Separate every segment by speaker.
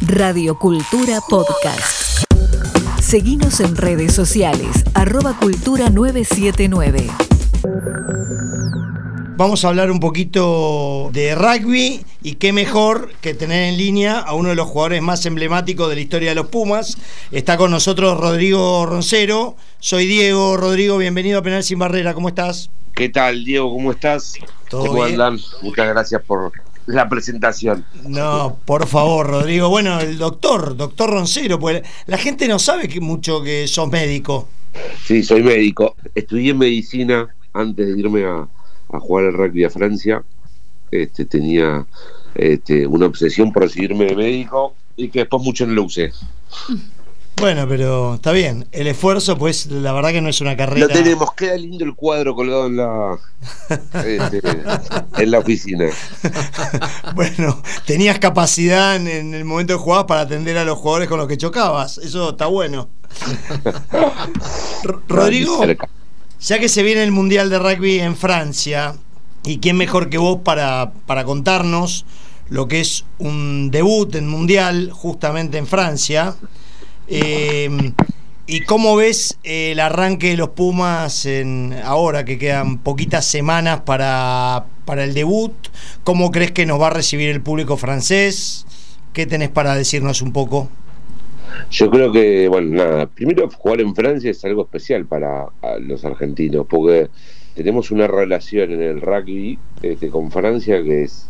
Speaker 1: Radio Cultura Podcast. Seguinos en redes sociales, @cultura979.
Speaker 2: Vamos a hablar un poquito de rugby y qué mejor que tener en línea a uno de los jugadores más emblemáticos de la historia de los Pumas. Está con nosotros Rodrigo Roncero. Soy Diego. Rodrigo, bienvenido a Penal Sin Barrera. ¿Cómo estás?
Speaker 3: ¿Qué tal, Diego? ¿Cómo estás?
Speaker 2: ¿Todo bien?
Speaker 3: Andan? Muchas gracias por la presentación.
Speaker 2: No, por favor, Rodrigo. Bueno, el doctor Roncero, pues la gente no sabe mucho que sos médico.
Speaker 3: Sí, soy médico. Estudié medicina antes de irme a jugar al rugby a Francia. Tenía una obsesión por recibirme de médico y que después mucho no lo usé.
Speaker 2: Bueno, pero está bien. El esfuerzo, pues, la verdad que no es una carrera.
Speaker 3: Lo tenemos, queda lindo el cuadro colgado en la oficina.
Speaker 2: Bueno, tenías capacidad en el momento de jugar para atender a los jugadores con los que chocabas. Eso está bueno. Rodrigo, ya que se viene el Mundial de Rugby en Francia, ¿y quién mejor que vos para contarnos lo que es un debut en Mundial justamente en Francia? ¿Y cómo ves el arranque de los Pumas ahora que quedan poquitas semanas para el debut? ¿Cómo crees que nos va a recibir el público francés? ¿Qué tenés para decirnos un poco?
Speaker 3: Yo creo que, primero jugar en Francia es algo especial para los argentinos, porque tenemos una relación en el rugby con Francia que es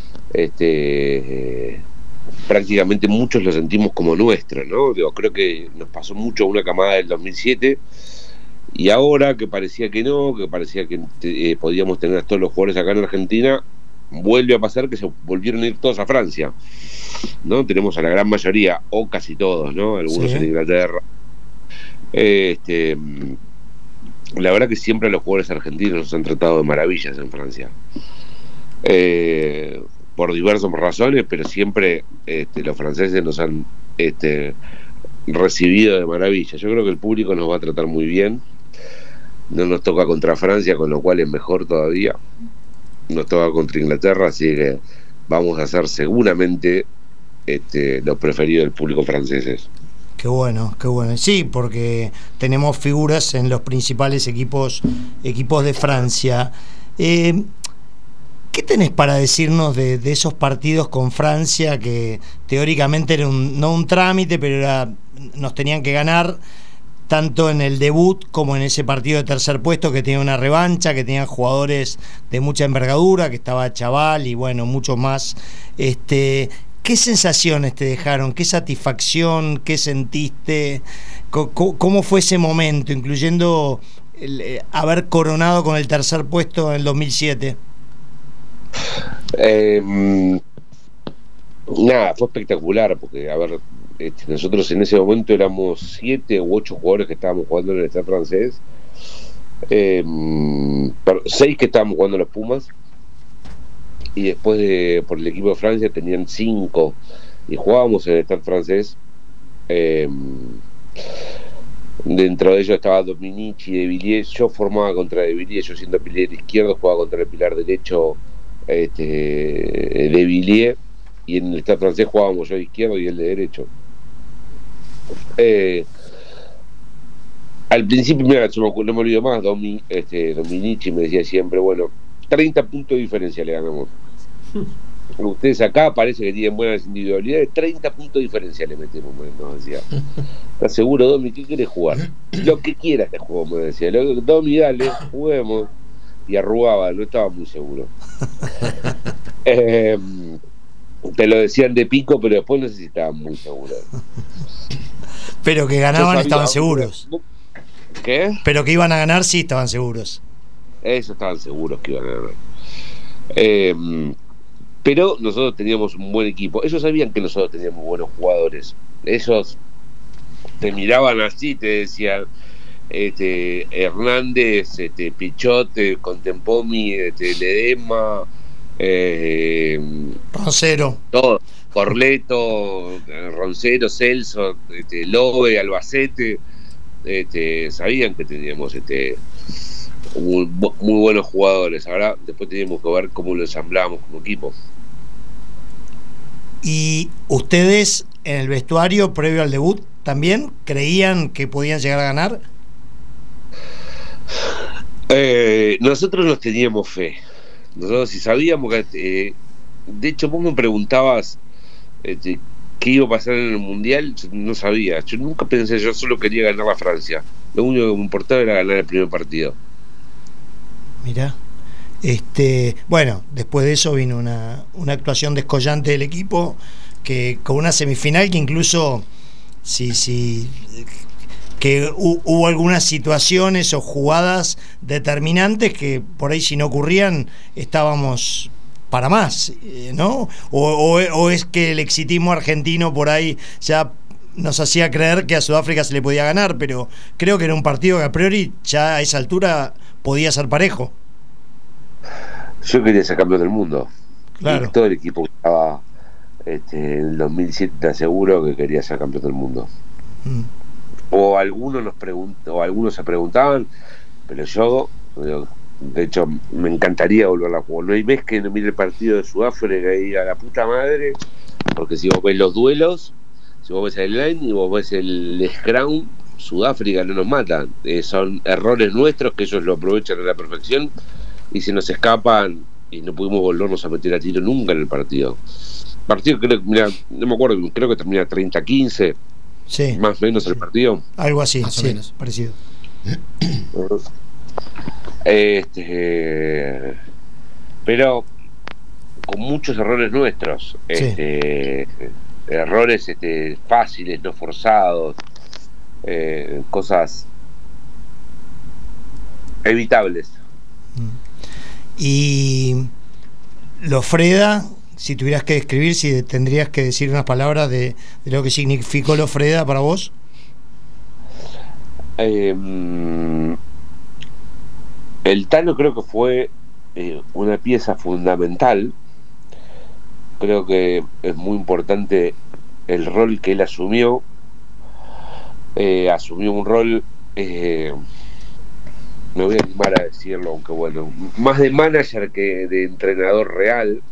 Speaker 3: prácticamente muchos lo sentimos como nuestro, ¿no? Creo que nos pasó mucho una camada del 2007 y ahora que parecía que no, que parecía que podíamos tener a todos los jugadores acá en Argentina, vuelve a pasar que se volvieron a ir todos a Francia, ¿no? Tenemos a la gran mayoría, o casi todos, ¿no? Algunos en Inglaterra. La verdad que siempre a los jugadores argentinos nos han tratado de maravillas en Francia. Por diversas razones, pero siempre los franceses nos han recibido de maravilla. Yo creo que el público nos va a tratar muy bien. No nos toca contra Francia, con lo cual es mejor todavía. Nos toca contra Inglaterra, así que vamos a ser seguramente los preferidos del público franceses.
Speaker 2: Qué bueno, qué bueno. Sí, porque tenemos figuras en los principales equipos de Francia. ¿Qué tenés para decirnos de esos partidos con Francia que teóricamente era no un trámite, pero nos tenían que ganar tanto en el debut como en ese partido de tercer puesto que tenía una revancha, que tenían jugadores de mucha envergadura, que estaba Chaval y bueno, mucho más? ¿Qué sensaciones te dejaron? ¿Qué satisfacción? ¿Qué sentiste? ¿Cómo fue ese momento, incluyendo haber coronado con el tercer puesto en el 2007?
Speaker 3: Fue espectacular porque, nosotros en ese momento éramos 7 u 8 jugadores que estábamos jugando en el Stade francés, 6 que estábamos jugando en los Pumas, y después por el equipo de Francia tenían 5 y jugábamos en el Stade francés. Dentro de ellos estaba Dominici, De Villiers. Yo formaba contra De Villiers, yo siendo pilar izquierdo jugaba contra el pilar derecho De Villiers, y en el Stade francés jugábamos yo de izquierdo y él de derecho. Al principio, mira, no me olvido más, Dominici me decía siempre, 30 puntos de diferencia le ganamos. Ustedes acá parece que tienen buenas individualidades, 30 puntos de diferencia le metemos, nos decía. ¿Estás seguro, Domi? ¿Qué querés jugar? Lo que quieras te juego, me decía. Domi, dale, juguemos. Y arrugaba, no estaba muy seguro. Te lo decían de pico, pero después no sé si estaban muy seguros.
Speaker 2: Pero que ganaban estaban seguros.
Speaker 3: ¿Qué?
Speaker 2: Pero que iban a ganar sí estaban seguros.
Speaker 3: Eso estaban seguros que iban a ganar. Pero nosotros teníamos un buen equipo. Ellos sabían que nosotros teníamos buenos jugadores. Ellos te miraban así, te decían Hernández, Pichot, Contempomi, Ledema,
Speaker 2: Roncero,
Speaker 3: todo, Corleto, Roncero, Celso, Lobe, Albacete. Sabían que teníamos muy buenos jugadores. Ahora después teníamos que ver cómo lo ensamblábamos como equipo.
Speaker 2: Y ustedes en el vestuario previo al debut también creían que podían llegar a ganar?
Speaker 3: Nosotros nos teníamos fe. Nosotros sí sabíamos que... de hecho, vos me preguntabas qué iba a pasar en el Mundial. Yo no sabía. Yo nunca pensé, yo solo quería ganar a Francia. Lo único que me importaba era ganar el primer partido.
Speaker 2: Mirá. Bueno, después de eso vino una actuación descollante del equipo, que con una semifinal que incluso que hubo algunas situaciones o jugadas determinantes que por ahí si no ocurrían estábamos para más, ¿no? O es que el exitismo argentino por ahí ya nos hacía creer que a Sudáfrica se le podía ganar, pero creo que era un partido que a priori ya a esa altura podía ser parejo.
Speaker 3: Yo quería ser campeón del mundo.
Speaker 2: Claro.
Speaker 3: Y todo el equipo que estaba en el 2007 te aseguro que quería ser campeón del mundo. O algunos se preguntaban, pero yo, de hecho, me encantaría volver a jugar. No hay vez que no mire el partido de Sudáfrica y a la puta madre, porque si vos ves los duelos, si vos ves el line y vos ves el scrum, Sudáfrica no nos matan. Son errores nuestros que ellos lo aprovechan a la perfección y se nos escapan y no pudimos volvernos a meter a tiro nunca en el partido. Partido, creo, mira, no me acuerdo, creo que termina 30-15.
Speaker 2: Sí.
Speaker 3: Más o menos el partido.
Speaker 2: Algo así,
Speaker 4: más o menos.
Speaker 2: Parecido.
Speaker 3: Pero con muchos errores nuestros.
Speaker 2: Sí.
Speaker 3: Errores fáciles, no forzados. Cosas evitables.
Speaker 2: Y Lofreda, si tuvieras que describir, si tendrías que decir unas palabras de lo que significó Lofreda para vos.
Speaker 3: El Tano creo que fue una pieza fundamental. Creo que es muy importante el rol que él asumió. Asumió un rol, me voy a animar a decirlo, aunque bueno, más de manager que de entrenador real.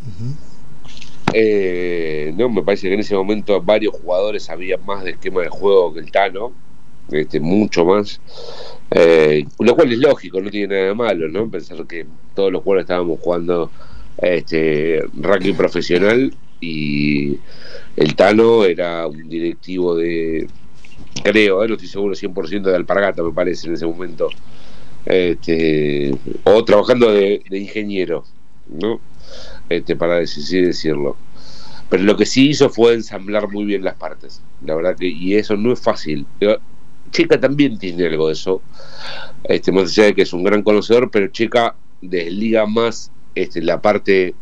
Speaker 3: No, me parece que en ese momento varios jugadores sabían más de esquema de juego que el Tano, mucho más, lo cual es lógico, no tiene nada de malo, ¿no? Pensar que todos los jugadores estábamos jugando rugby profesional y el Tano era un directivo de, creo, no estoy seguro 100% de Alpargata, me parece, en ese momento, o trabajando de ingeniero, ¿no? Para decirlo. Pero lo que sí hizo fue ensamblar muy bien las partes, la verdad que, y eso no es fácil. Checa también tiene algo de eso, más allá de que es un gran conocedor, pero Checa desliga más la parte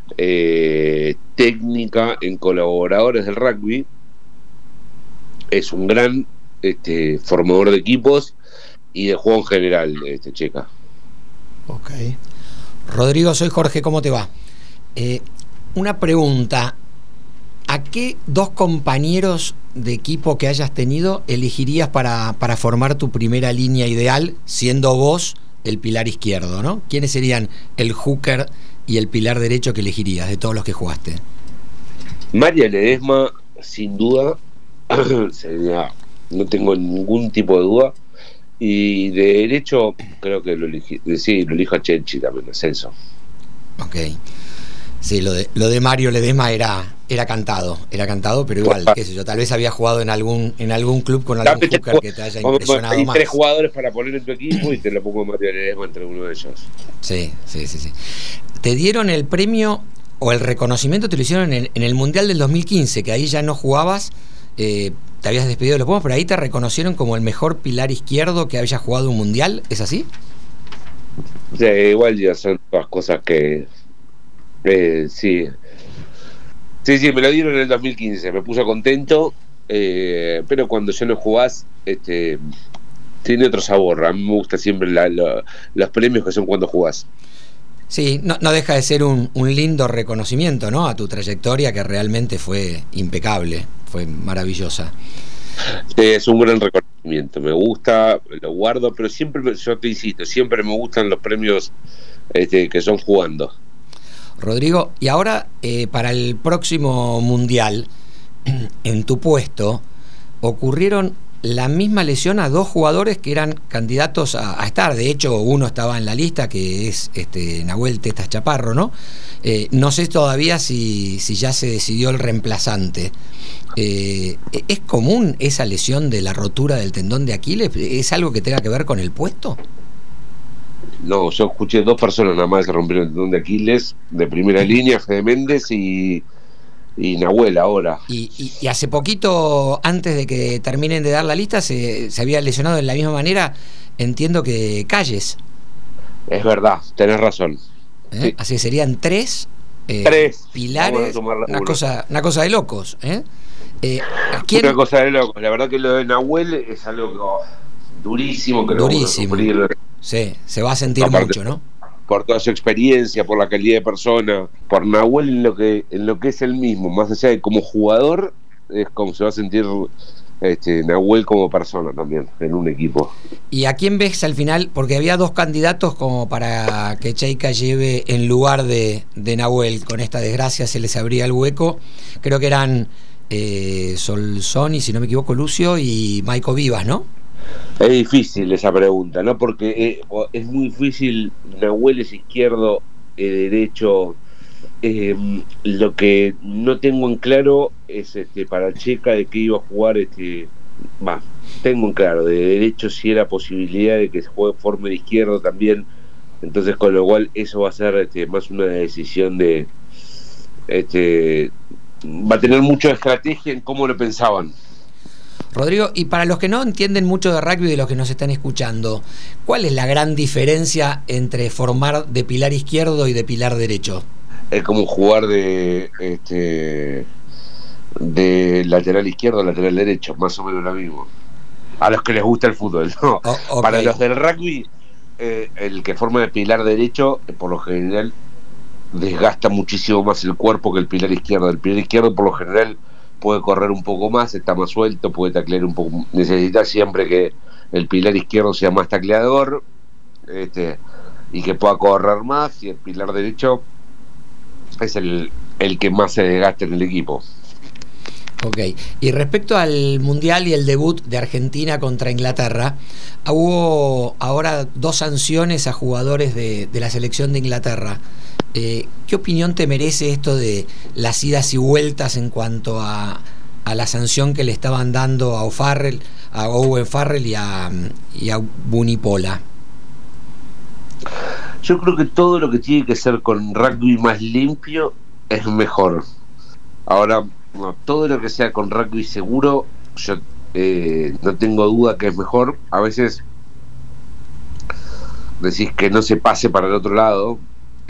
Speaker 3: técnica en colaboradores del rugby. Es un gran formador de equipos y de juego en general, Checa.
Speaker 2: Ok.
Speaker 4: Rodrigo, soy Jorge, ¿cómo te va? Una pregunta. ¿A qué dos compañeros de equipo que hayas tenido elegirías para formar tu primera línea ideal, siendo vos el pilar izquierdo, ¿no? ¿Quiénes serían el hooker y el pilar derecho que elegirías de todos los que jugaste?
Speaker 3: María Ledesma, sin duda, no tengo ningún tipo de duda. Y de derecho, creo que lo elijo a Chenchi también, Ascenso.
Speaker 4: Ok. Sí, lo de Mario Ledesma era cantado, pero igual, qué sé yo, tal vez había jugado en algún club con algún hooker que te haya impresionado
Speaker 3: hay
Speaker 4: más.
Speaker 3: Hay 3 jugadores para poner en tu equipo y te lo pongo Mario Ledesma entre uno de ellos.
Speaker 4: Sí. ¿Te dieron el premio o el reconocimiento? Te lo hicieron en el Mundial del 2015, que ahí ya no jugabas, te habías despedido de los Pumas, pero ahí te reconocieron como el mejor pilar izquierdo que había jugado un Mundial, ¿es así?
Speaker 3: Sí, igual ya son todas cosas que... Sí, me lo dieron en el 2015, me puse contento, pero cuando ya no jugás, tiene otro sabor. A mí me gusta siempre los premios que son cuando jugás.
Speaker 4: Sí, no deja de ser un lindo reconocimiento, ¿no? A tu trayectoria, que realmente fue impecable, fue maravillosa.
Speaker 3: Es un gran reconocimiento, me gusta, lo guardo, pero siempre, yo te insisto, siempre me gustan los premios que son jugando.
Speaker 4: Rodrigo, y ahora para el próximo Mundial, en tu puesto ocurrieron la misma lesión a dos jugadores que eran candidatos a estar. De hecho, uno estaba en la lista, que es Nahuel Tetas Chaparro, ¿no? No sé todavía si ya se decidió el reemplazante. ¿Es común esa lesión de la rotura del tendón de Aquiles? ¿Es algo que tenga que ver con el puesto?
Speaker 3: No, yo escuché 2 personas nada más que rompieron el tendón de Aquiles, de primera línea, Fede Méndez y Nahuel ahora.
Speaker 4: Y hace poquito, antes de que terminen de dar la lista, se había lesionado de la misma manera, entiendo que Calles.
Speaker 3: Es verdad, tenés razón. Sí.
Speaker 4: Así serían 3 pilares, una cosa de locos.
Speaker 3: Una cosa de locos. La verdad que lo de Nahuel es algo durísimo.
Speaker 4: Durísimo. Sí, se va a sentir mucho, ¿no?
Speaker 3: Por toda su experiencia, por la calidad de persona, por Nahuel en lo que es él mismo, más allá de como jugador, es como se va a sentir Nahuel como persona también en un equipo.
Speaker 4: ¿Y a quién ves al final? Porque había 2 candidatos como para que Cheika lleve en lugar de Nahuel. Con esta desgracia se les abría el hueco. Creo que eran Solsoni, si no me equivoco, Lucio y Maico Vivas, ¿no?
Speaker 3: Es difícil esa pregunta, ¿no? Porque es muy difícil. Nahuel es izquierdo, derecho. Lo que no tengo en claro es para Cheika de que iba a jugar. Tengo en claro, de derecho si era posibilidad de que se juegue forma de izquierdo también. Entonces, con lo cual, eso va a ser más una decisión de. Va a tener mucha estrategia en cómo lo pensaban.
Speaker 4: Rodrigo, y para los que no entienden mucho de rugby, de los que nos están escuchando, ¿cuál es la gran diferencia entre formar de pilar izquierdo y de pilar derecho?
Speaker 3: Es como jugar de lateral izquierdo a lateral derecho, más o menos lo mismo. A los que les gusta el fútbol, ¿no? Okay. Para los del rugby, el que forma de pilar derecho, por lo general, desgasta muchísimo más el cuerpo que el pilar izquierdo. El pilar izquierdo, por lo general, puede correr un poco más, está más suelto, puede taclear un poco. Necesita siempre que el pilar izquierdo sea más tacleador y que pueda correr más, y el pilar derecho es el que más se desgasta en el equipo.
Speaker 4: Ok, y respecto al Mundial y el debut de Argentina contra Inglaterra, hubo ahora 2 sanciones a jugadores de la selección de Inglaterra. ¿Qué opinión te merece esto de las idas y vueltas en cuanto a la sanción que le estaban dando a Owen Farrell y a Vunipola?
Speaker 3: Yo creo que todo lo que tiene que ser con rugby más limpio es mejor. Ahora, todo lo que sea con rugby seguro, yo no tengo duda que es mejor. A veces decís que no se pase para el otro lado,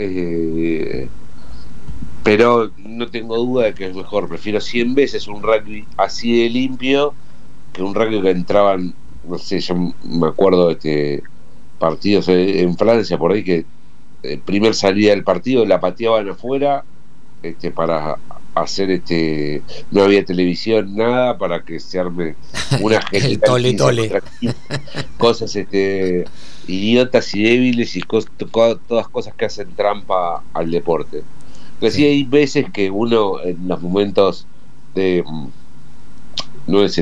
Speaker 3: pero no tengo duda de que es mejor. Prefiero 100 veces un rugby así de limpio que un rugby que entraban, no sé, yo me acuerdo de partidos en Francia por ahí que primer salida del partido la pateaban afuera para hacer no había televisión, nada, para que se arme una
Speaker 4: el tole
Speaker 3: cosas idiotas y débiles y todas cosas que hacen trampa al deporte. Pero sí hay veces que uno en los momentos de no es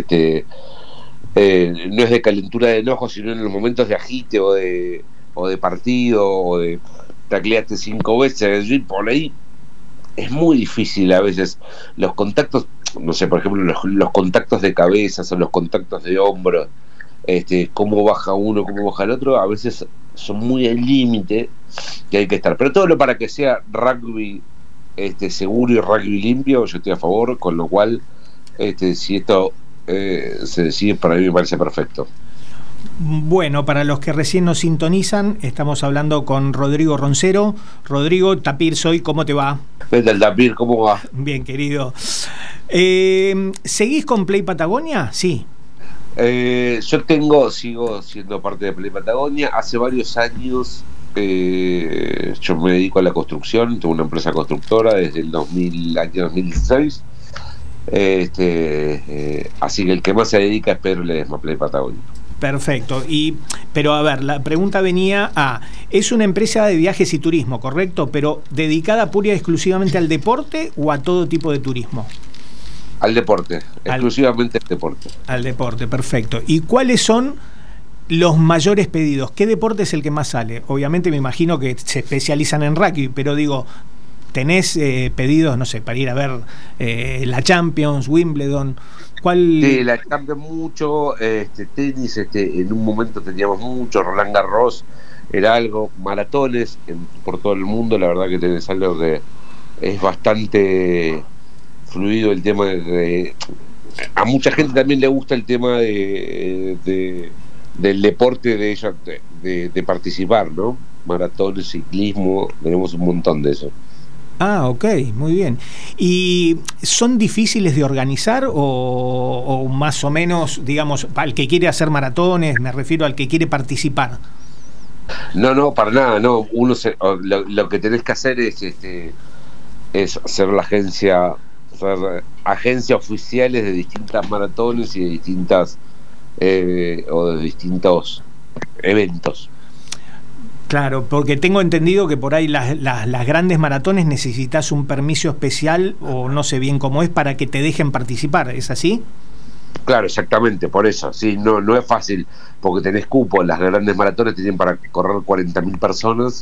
Speaker 3: de calentura de enojo, sino en los momentos de agite o de partido o de tacleaste 5 veces y por ahí es muy difícil a veces los contactos, no sé, por ejemplo los contactos de cabezas o los contactos de hombros, cómo baja uno, cómo baja el otro, a veces son muy al límite que hay que estar, pero todo lo para que sea rugby seguro y rugby limpio, yo estoy a favor, con lo cual si esto se decide, para mí me parece perfecto.
Speaker 5: Bueno, para los que recién nos sintonizan, estamos hablando con Rodrigo Roncero. Rodrigo, Tapir soy, ¿cómo te va?
Speaker 3: ¿Qué tal, Tapir? ¿Cómo va?
Speaker 5: Bien, querido. ¿Seguís con Play Patagonia? Sí.
Speaker 3: Yo sigo siendo parte de Play Patagonia. Hace varios años yo me dedico a la construcción, tengo una empresa constructora desde el año 2016. Así que el que más se dedica es Pedro Ledesma, Play Patagonia.
Speaker 5: Perfecto. Pero a ver, la pregunta venía es una empresa de viajes y turismo, ¿correcto? Pero dedicada pura y exclusivamente al deporte o a todo tipo de turismo.
Speaker 3: Al deporte, exclusivamente al deporte.
Speaker 5: Al deporte, perfecto. ¿Y cuáles son los mayores pedidos? ¿Qué deporte es el que más sale? Obviamente me imagino que se especializan en rugby, pero digo, ¿tenés pedidos, no sé, para ir a ver la Champions, Wimbledon? ¿Cuál?
Speaker 3: Sí, la Champions mucho, tenis, en un momento teníamos mucho, Roland Garros era algo, maratones por todo el mundo, la verdad que tenés algo que es bastante fluido el tema a mucha gente también le gusta el tema del deporte de ella, de participar, ¿no? Maratones, ciclismo, tenemos un montón de eso.
Speaker 5: Ah, ok, muy bien. ¿Y son difíciles de organizar o más o menos, digamos, al que quiere hacer maratones, me refiero al que quiere participar?
Speaker 3: No, para nada, no. Lo que tenés que hacer es ser agencia oficiales de distintas maratones y de distintos eventos.
Speaker 5: Claro, porque tengo entendido que por ahí las grandes maratones necesitas un permiso especial o no sé bien cómo es para que te dejen participar, ¿es así?
Speaker 3: Claro, exactamente, por eso, sí, no es fácil, porque tenés cupo, las grandes maratones tienen para correr 40.000 personas,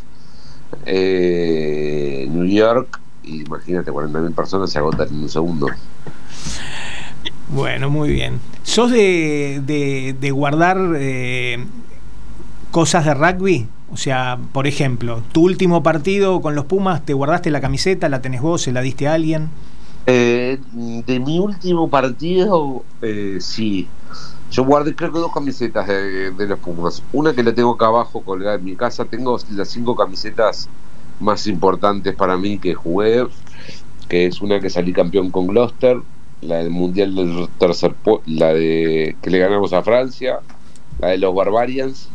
Speaker 3: New York, imagínate, 40.000 personas se agotan en un segundo.
Speaker 5: Bueno, muy bien. ¿Sos de guardar cosas de rugby? O sea, por ejemplo, tu último partido con los Pumas, ¿te guardaste la camiseta? ¿La tenés vos? ¿Se la diste a alguien?
Speaker 3: De mi último partido, sí. Yo guardé creo que 2 camisetas de los Pumas. Una que la tengo acá abajo colgada en mi casa. Tengo las 5 camisetas más importantes para mí que jugué, que es una que salí campeón con Gloucester, la del Mundial del la de que le ganamos a Francia, la de los Barbarians,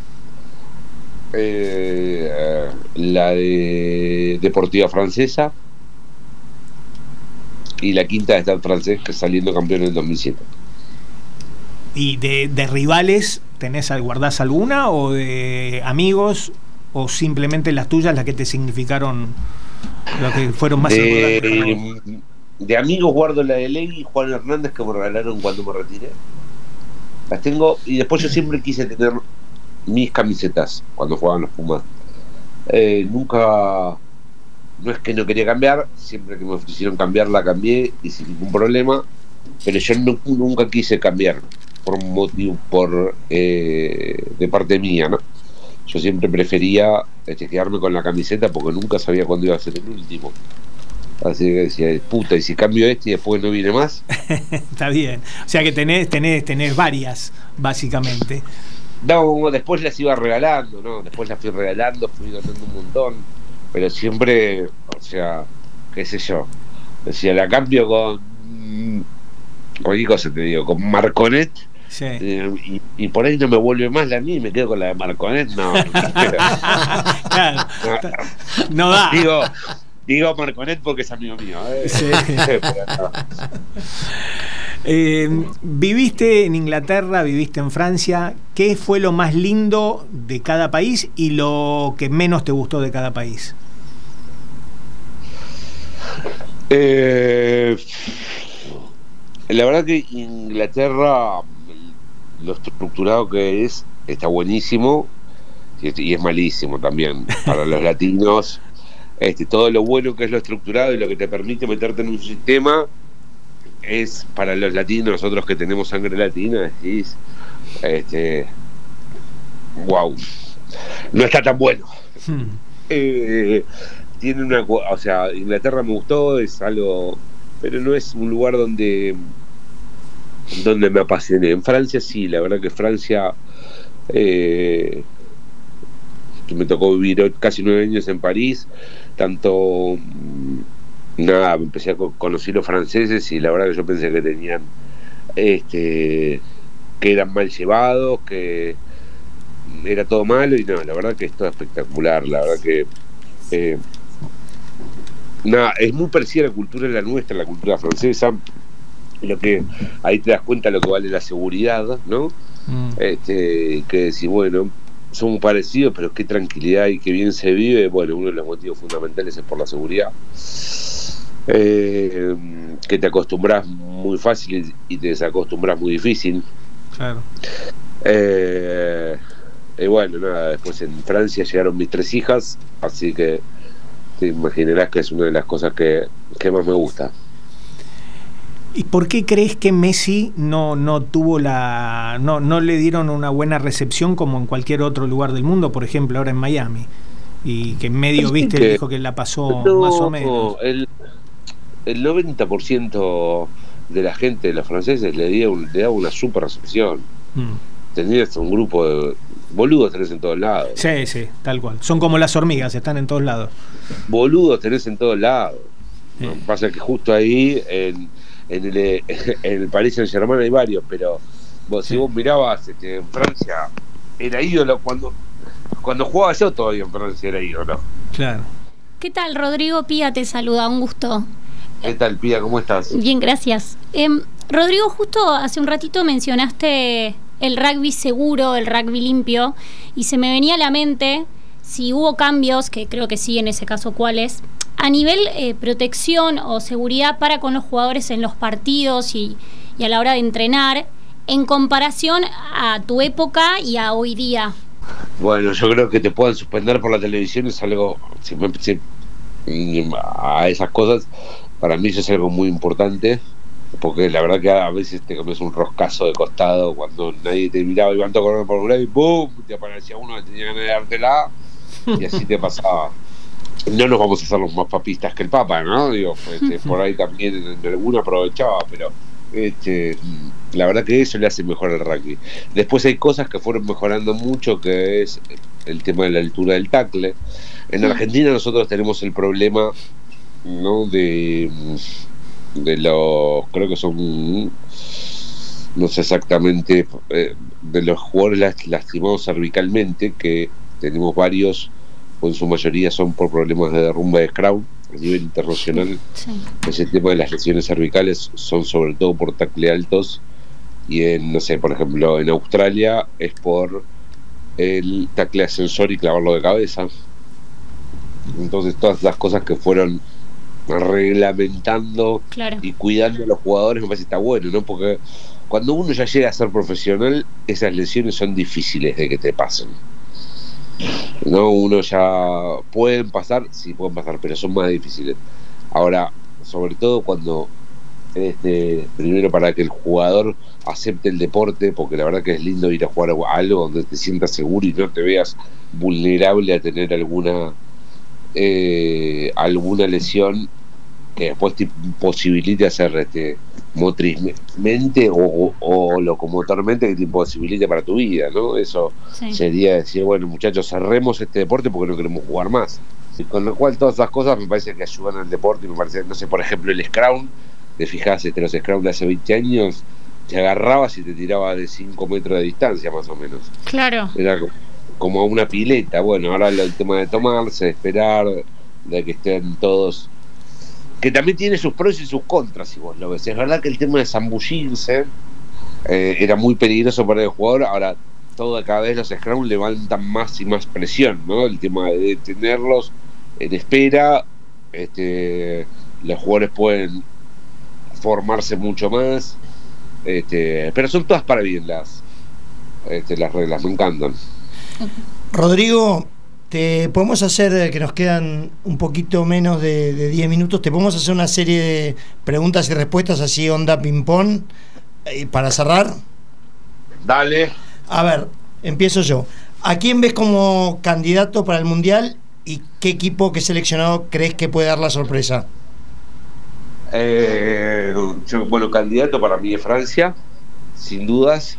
Speaker 3: la de Deportiva Francesa y la quinta de Stade Francés, que saliendo campeón en el 2007.
Speaker 5: ¿Y de rivales guardás alguna o de amigos o simplemente las tuyas, las que te significaron, las que fueron más importantes?
Speaker 3: De amigos guardo la de Legui y Juan Hernández, que me regalaron cuando me retiré. Las tengo, y después yo siempre quise tener mis camisetas cuando jugaban los Pumas. Nunca, no es que no quería cambiar, siempre que me ofrecieron cambiar la cambié y sin ningún problema, pero yo nunca quise cambiar por un motivo, de parte mía, ¿no? Yo siempre prefería quedarme con la camiseta porque nunca sabía cuándo iba a ser el último. Así que decía, puta, y si cambio y después no viene más.
Speaker 5: Está bien. O sea que tenés varias, básicamente.
Speaker 3: No, después las iba regalando, ¿no? Después las fui regalando, fui donando un montón. Pero siempre, o sea, qué sé yo. Decía, la cambio con cualquier cosa, te digo, con Marconet.
Speaker 5: Sí.
Speaker 3: Y por ahí no me vuelve más la mía y me quedo con la de Marconet. No.
Speaker 5: Claro. No da.
Speaker 3: Digo Marconet porque es amigo mío.
Speaker 5: Sí.
Speaker 3: Pero no.
Speaker 5: Viviste en Inglaterra, viviste en Francia. ¿Qué fue lo más lindo de cada país y lo que menos te gustó de cada país?
Speaker 3: La verdad que Inglaterra, lo estructurado que está buenísimo y es malísimo también para los latinos. Todo lo bueno que es lo estructurado y lo que te permite meterte en un sistema es para los latinos, nosotros que tenemos sangre latina, decís, wow, no está tan bueno. Tiene o sea, Inglaterra me gustó, es algo, pero no es un lugar donde me apasioné. En Francia sí, la verdad que Francia, me tocó vivir casi 9 años en París, empecé a conocer los franceses y la verdad que yo pensé que tenían, que eran mal llevados, que era todo malo, y no, la verdad que es todo espectacular, la verdad que es muy parecida a la cultura de la nuestra, la cultura francesa. Lo que ahí te das cuenta lo que vale la seguridad, ¿no? Que decir, bueno, somos parecidos, pero qué tranquilidad y qué bien se vive. Bueno, uno de los motivos fundamentales es por la seguridad. Que te acostumbras muy fácil y te desacostumbras muy difícil.
Speaker 5: Claro.
Speaker 3: Y bueno, nada, después en Francia llegaron mis 3 hijas, así que te imaginarás que es una de las cosas que más me gusta.
Speaker 5: ¿Y por qué crees que Messi no tuvo no le dieron una buena recepción como en cualquier otro lugar del mundo, por ejemplo ahora en Miami? Y que en medio, viste, él dijo que la pasó más o menos.
Speaker 3: El 90% de la gente, de los franceses, le daba una super recepción. Tenías un grupo de boludos, tenés en todos lados.
Speaker 5: Sí, tal cual. Son como las hormigas, están en todos lados.
Speaker 3: Boludos tenés en todos lados. ¿No? Pasa que justo ahí en el Paris Saint-Germain hay varios, pero si vos mirabas en Francia, era ídolo cuando jugaba yo todavía en Francia, era ídolo.
Speaker 5: Claro.
Speaker 6: ¿Qué tal, Rodrigo? Pía te saluda, un gusto.
Speaker 3: ¿Qué tal, Pía? ¿Cómo estás?
Speaker 6: Bien, gracias. Rodrigo, justo hace un ratito mencionaste el rugby seguro, el rugby limpio, y se me venía a la mente si hubo cambios, que creo que sí, en ese caso, ¿cuáles? A nivel protección o seguridad para con los jugadores en los partidos y a la hora de entrenar, en comparación a tu época y a hoy día.
Speaker 3: Bueno, yo creo que te puedan suspender por la televisión es algo, a esas cosas, para mí eso es algo muy importante, porque la verdad que a veces te comes un roscazo de costado cuando nadie te miraba y iban a correr por un lado y ¡pum! Te aparecía uno que tenía ganas de dártela y así te pasaba. No nos vamos a hacer los más papistas que el Papa, ¿no? Digo, por ahí también alguno aprovechaba, pero la verdad que eso le hace mejor al rugby. Después hay cosas que fueron mejorando mucho, que es el tema de la altura del tackle. En Argentina nosotros tenemos el problema, ¿no? de los, creo que son, no sé exactamente, de los jugadores lastimados cervicalmente, que tenemos varios, o en su mayoría son por problemas de derrumbe de Scrum a nivel internacional.
Speaker 6: Sí.
Speaker 3: Ese tema de las lesiones cervicales son sobre todo por tackle altos, y no sé, por ejemplo en Australia es por el tackle ascensor y clavarlo de cabeza. Entonces todas las cosas que fueron reglamentando, claro, y cuidando a los jugadores, me parece que está bueno, ¿no? Porque cuando uno ya llega a ser profesional, esas lesiones son difíciles de que te pasen, ¿no? Uno ya pueden pasar, sí pueden pasar, pero son más difíciles. Ahora, sobre todo cuando primero para que el jugador acepte el deporte, porque la verdad que es lindo ir a jugar a algo donde te sientas seguro y no te veas vulnerable a tener alguna lesión que después te imposibilite hacer motrizmente o locomotormente, que te imposibilite para tu vida, ¿no? Eso sí. Sería decir, bueno, muchachos, cerremos este deporte porque no queremos jugar más. Y con lo cual todas esas cosas me parece que ayudan al deporte, y me parece, no sé, por ejemplo el Scrum, te fijas, los Scrum de hace 20 años te agarrabas y te tiraba de 5 metros de distancia más o menos.
Speaker 6: Claro.
Speaker 3: Era como una pileta. Bueno, ahora el tema de tomarse, de esperar, de que estén todos, que también tiene sus pros y sus contras, si vos lo ves. Es verdad que el tema de zambullirse era muy peligroso para el jugador. Ahora cada vez los Scrum levantan más y más presión, ¿no? El tema de tenerlos en espera, los jugadores pueden formarse mucho más, pero son todas para bien las reglas, me encantan.
Speaker 2: Rodrigo, te podemos hacer, que nos quedan un poquito menos de 10 minutos, te podemos hacer una serie de preguntas y respuestas así onda ping-pong para cerrar.
Speaker 3: Dale.
Speaker 2: A ver, empiezo yo. ¿A quién ves como candidato para el Mundial y qué equipo, qué seleccionado crees que puede dar la sorpresa?
Speaker 3: Bueno, candidato para mí es Francia, sin dudas.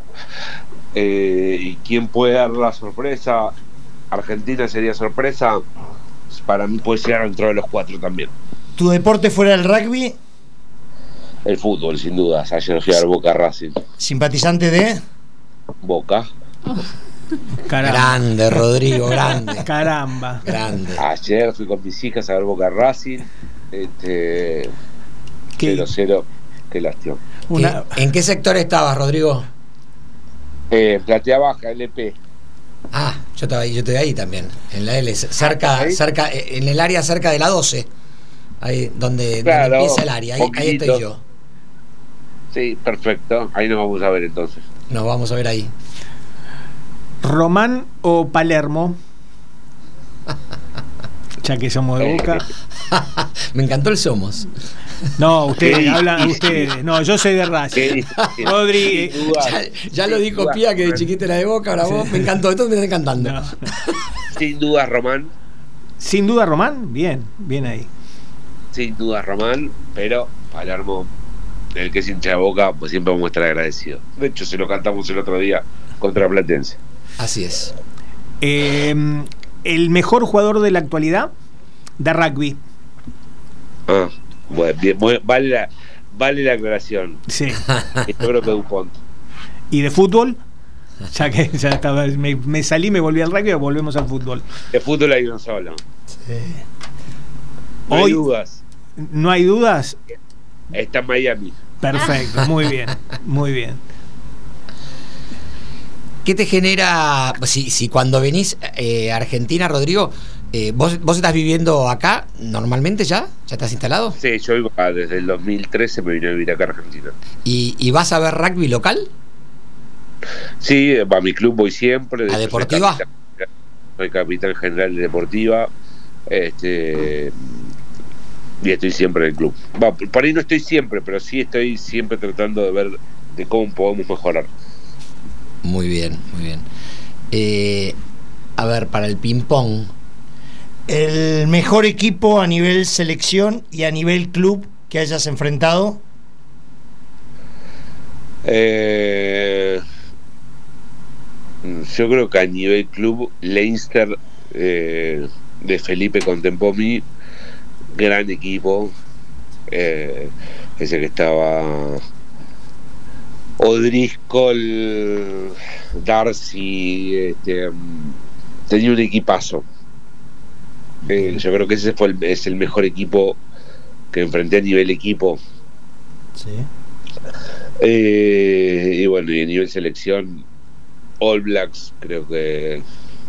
Speaker 3: ¿Y quién puede dar la sorpresa? Argentina sería sorpresa. Para mí puede llegar dentro de los 4 también.
Speaker 2: ¿Tu deporte fuera del rugby?
Speaker 3: El fútbol, sin dudas. Ayer fui a ver Boca Racing.
Speaker 2: ¿Simpatizante de?
Speaker 3: Boca.
Speaker 4: Grande, Rodrigo, grande.
Speaker 5: Caramba.
Speaker 4: Grande.
Speaker 3: Ayer fui con mis hijas a ver Boca Racing. 0-0. Qué lástima.
Speaker 4: ¿En qué sector estabas, Rodrigo?
Speaker 3: Platea Baja, LP.
Speaker 4: Ah, yo estoy ahí también, en la L, cerca, en el área cerca de la 12. ahí donde empieza el área, ahí estoy yo.
Speaker 3: Sí, perfecto, ahí nos vamos a ver entonces.
Speaker 4: Nos vamos a ver ahí.
Speaker 5: ¿Román o Palermo? Ya que somos de Boca.
Speaker 4: Me encantó el somos.
Speaker 5: No, ustedes hablan, ustedes. No, yo soy de Racing. Rodri.
Speaker 4: Ya lo dijo Pía, que de chiquita era de Boca, ahora vos. Me encantó, esto me está encantando. No.
Speaker 3: Sin duda Román.
Speaker 5: Sin duda Román, bien ahí.
Speaker 3: Sin duda Román, pero Palermo, el que es hincha de Boca, pues siempre vamos a estar agradecidos. De hecho, se lo cantamos el otro día contra Platense.
Speaker 4: Así es.
Speaker 5: ¿El mejor jugador de la actualidad de rugby?
Speaker 3: Bueno, bien, vale la aclaración.
Speaker 5: Sí.
Speaker 3: Yo creo que Dupont.
Speaker 5: ¿Y de fútbol? Ya que ya estaba, me salí, me volví al rugby, volvemos al fútbol.
Speaker 3: De fútbol hay uno solo.
Speaker 2: Sí.
Speaker 3: No hay dudas.
Speaker 5: ¿No hay dudas?
Speaker 3: Está en Miami.
Speaker 5: Perfecto, muy bien, muy bien.
Speaker 4: ¿Qué te genera, si cuando venís a Argentina, Rodrigo, vos estás viviendo acá normalmente ya? ¿Ya estás instalado?
Speaker 3: Sí, yo vivo acá desde el 2013, me vine a vivir acá a Argentina.
Speaker 4: ¿Y vas a ver rugby local?
Speaker 3: Sí, a mi club voy siempre.
Speaker 4: ¿A Deportiva?
Speaker 3: Soy capitán general de Deportiva. Y estoy siempre en el club. Por ahí no estoy siempre, pero sí estoy siempre tratando de ver de cómo podemos mejorar.
Speaker 4: Muy bien, muy bien. A ver, para el ping-pong.
Speaker 2: ¿El mejor equipo a nivel selección y a nivel club que hayas enfrentado?
Speaker 3: Yo creo que a nivel club, Leinster de Felipe Contempomi, gran equipo. Ese que estaba O'Driscoll, Darcy, tenía un equipazo. Yo creo que ese es el mejor equipo que enfrenté a nivel equipo.
Speaker 2: Sí.
Speaker 3: Y bueno, y a nivel selección, All Blacks, creo que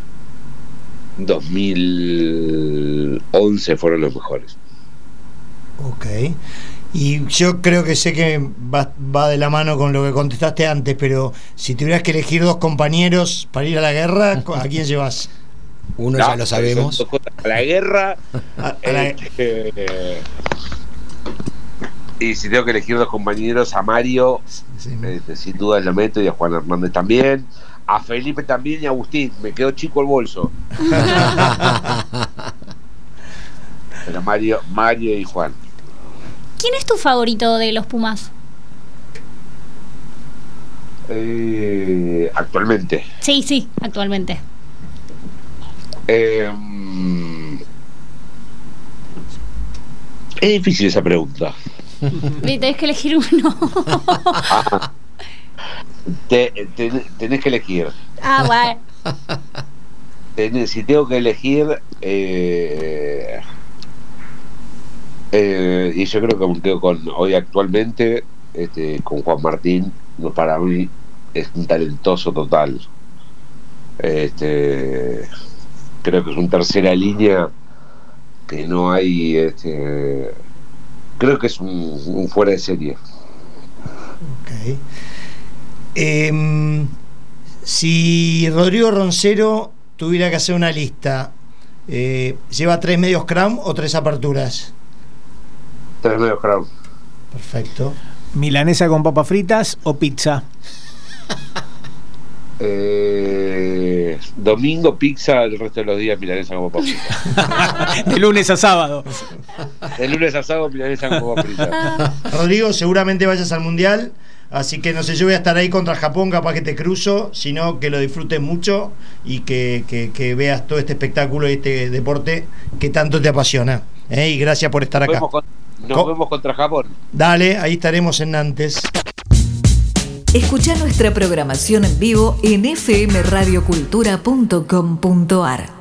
Speaker 3: 2011 fueron los mejores.
Speaker 2: Ok. Y yo creo que sé que va de la mano con lo que contestaste antes, pero si tuvieras que elegir dos compañeros para ir a la guerra, ¿a quién llevas?
Speaker 4: Uno ya lo sabemos.
Speaker 3: A la guerra. Y si tengo que elegir dos compañeros, a Mario, sí, sin duda lo meto, y a Juan Hernández también. A Felipe también y a Agustín. Me quedó chico el bolso. Pero Mario y Juan.
Speaker 6: ¿Quién es tu favorito de los Pumas?
Speaker 3: Actualmente.
Speaker 6: Sí, actualmente.
Speaker 3: Es difícil esa pregunta.
Speaker 6: Tenés que elegir uno.
Speaker 3: Tenés que elegir.
Speaker 6: Bueno.
Speaker 3: Si tengo que elegir, y yo creo que me quedo con hoy actualmente, con Juan Martín. Para mí es un talentoso total. Creo que es un tercera línea que no hay. Creo que es un fuera de serie.
Speaker 2: Ok. Si Rodrigo Roncero tuviera que hacer una lista, ¿lleva 3 medios crown o 3 aperturas?
Speaker 3: 3 medios crown.
Speaker 2: Perfecto.
Speaker 5: ¿Milanesa con papas fritas o pizza?
Speaker 3: Domingo pizza, el resto de los días milanesa con papas fritas.
Speaker 5: De lunes a sábado.
Speaker 3: De lunes a sábado milanesa con papas fritas.
Speaker 2: Rodrigo, seguramente vayas al Mundial, así que no sé, yo voy a estar ahí contra Japón, capaz que te cruzo, sino que lo disfrutes mucho y que veas todo este espectáculo y este deporte que tanto te apasiona. Y gracias por estar acá.
Speaker 3: Nos vemos contra Japón.
Speaker 2: Dale, ahí estaremos en Nantes.
Speaker 1: Escucha nuestra programación en vivo en fmradiocultura.com.ar.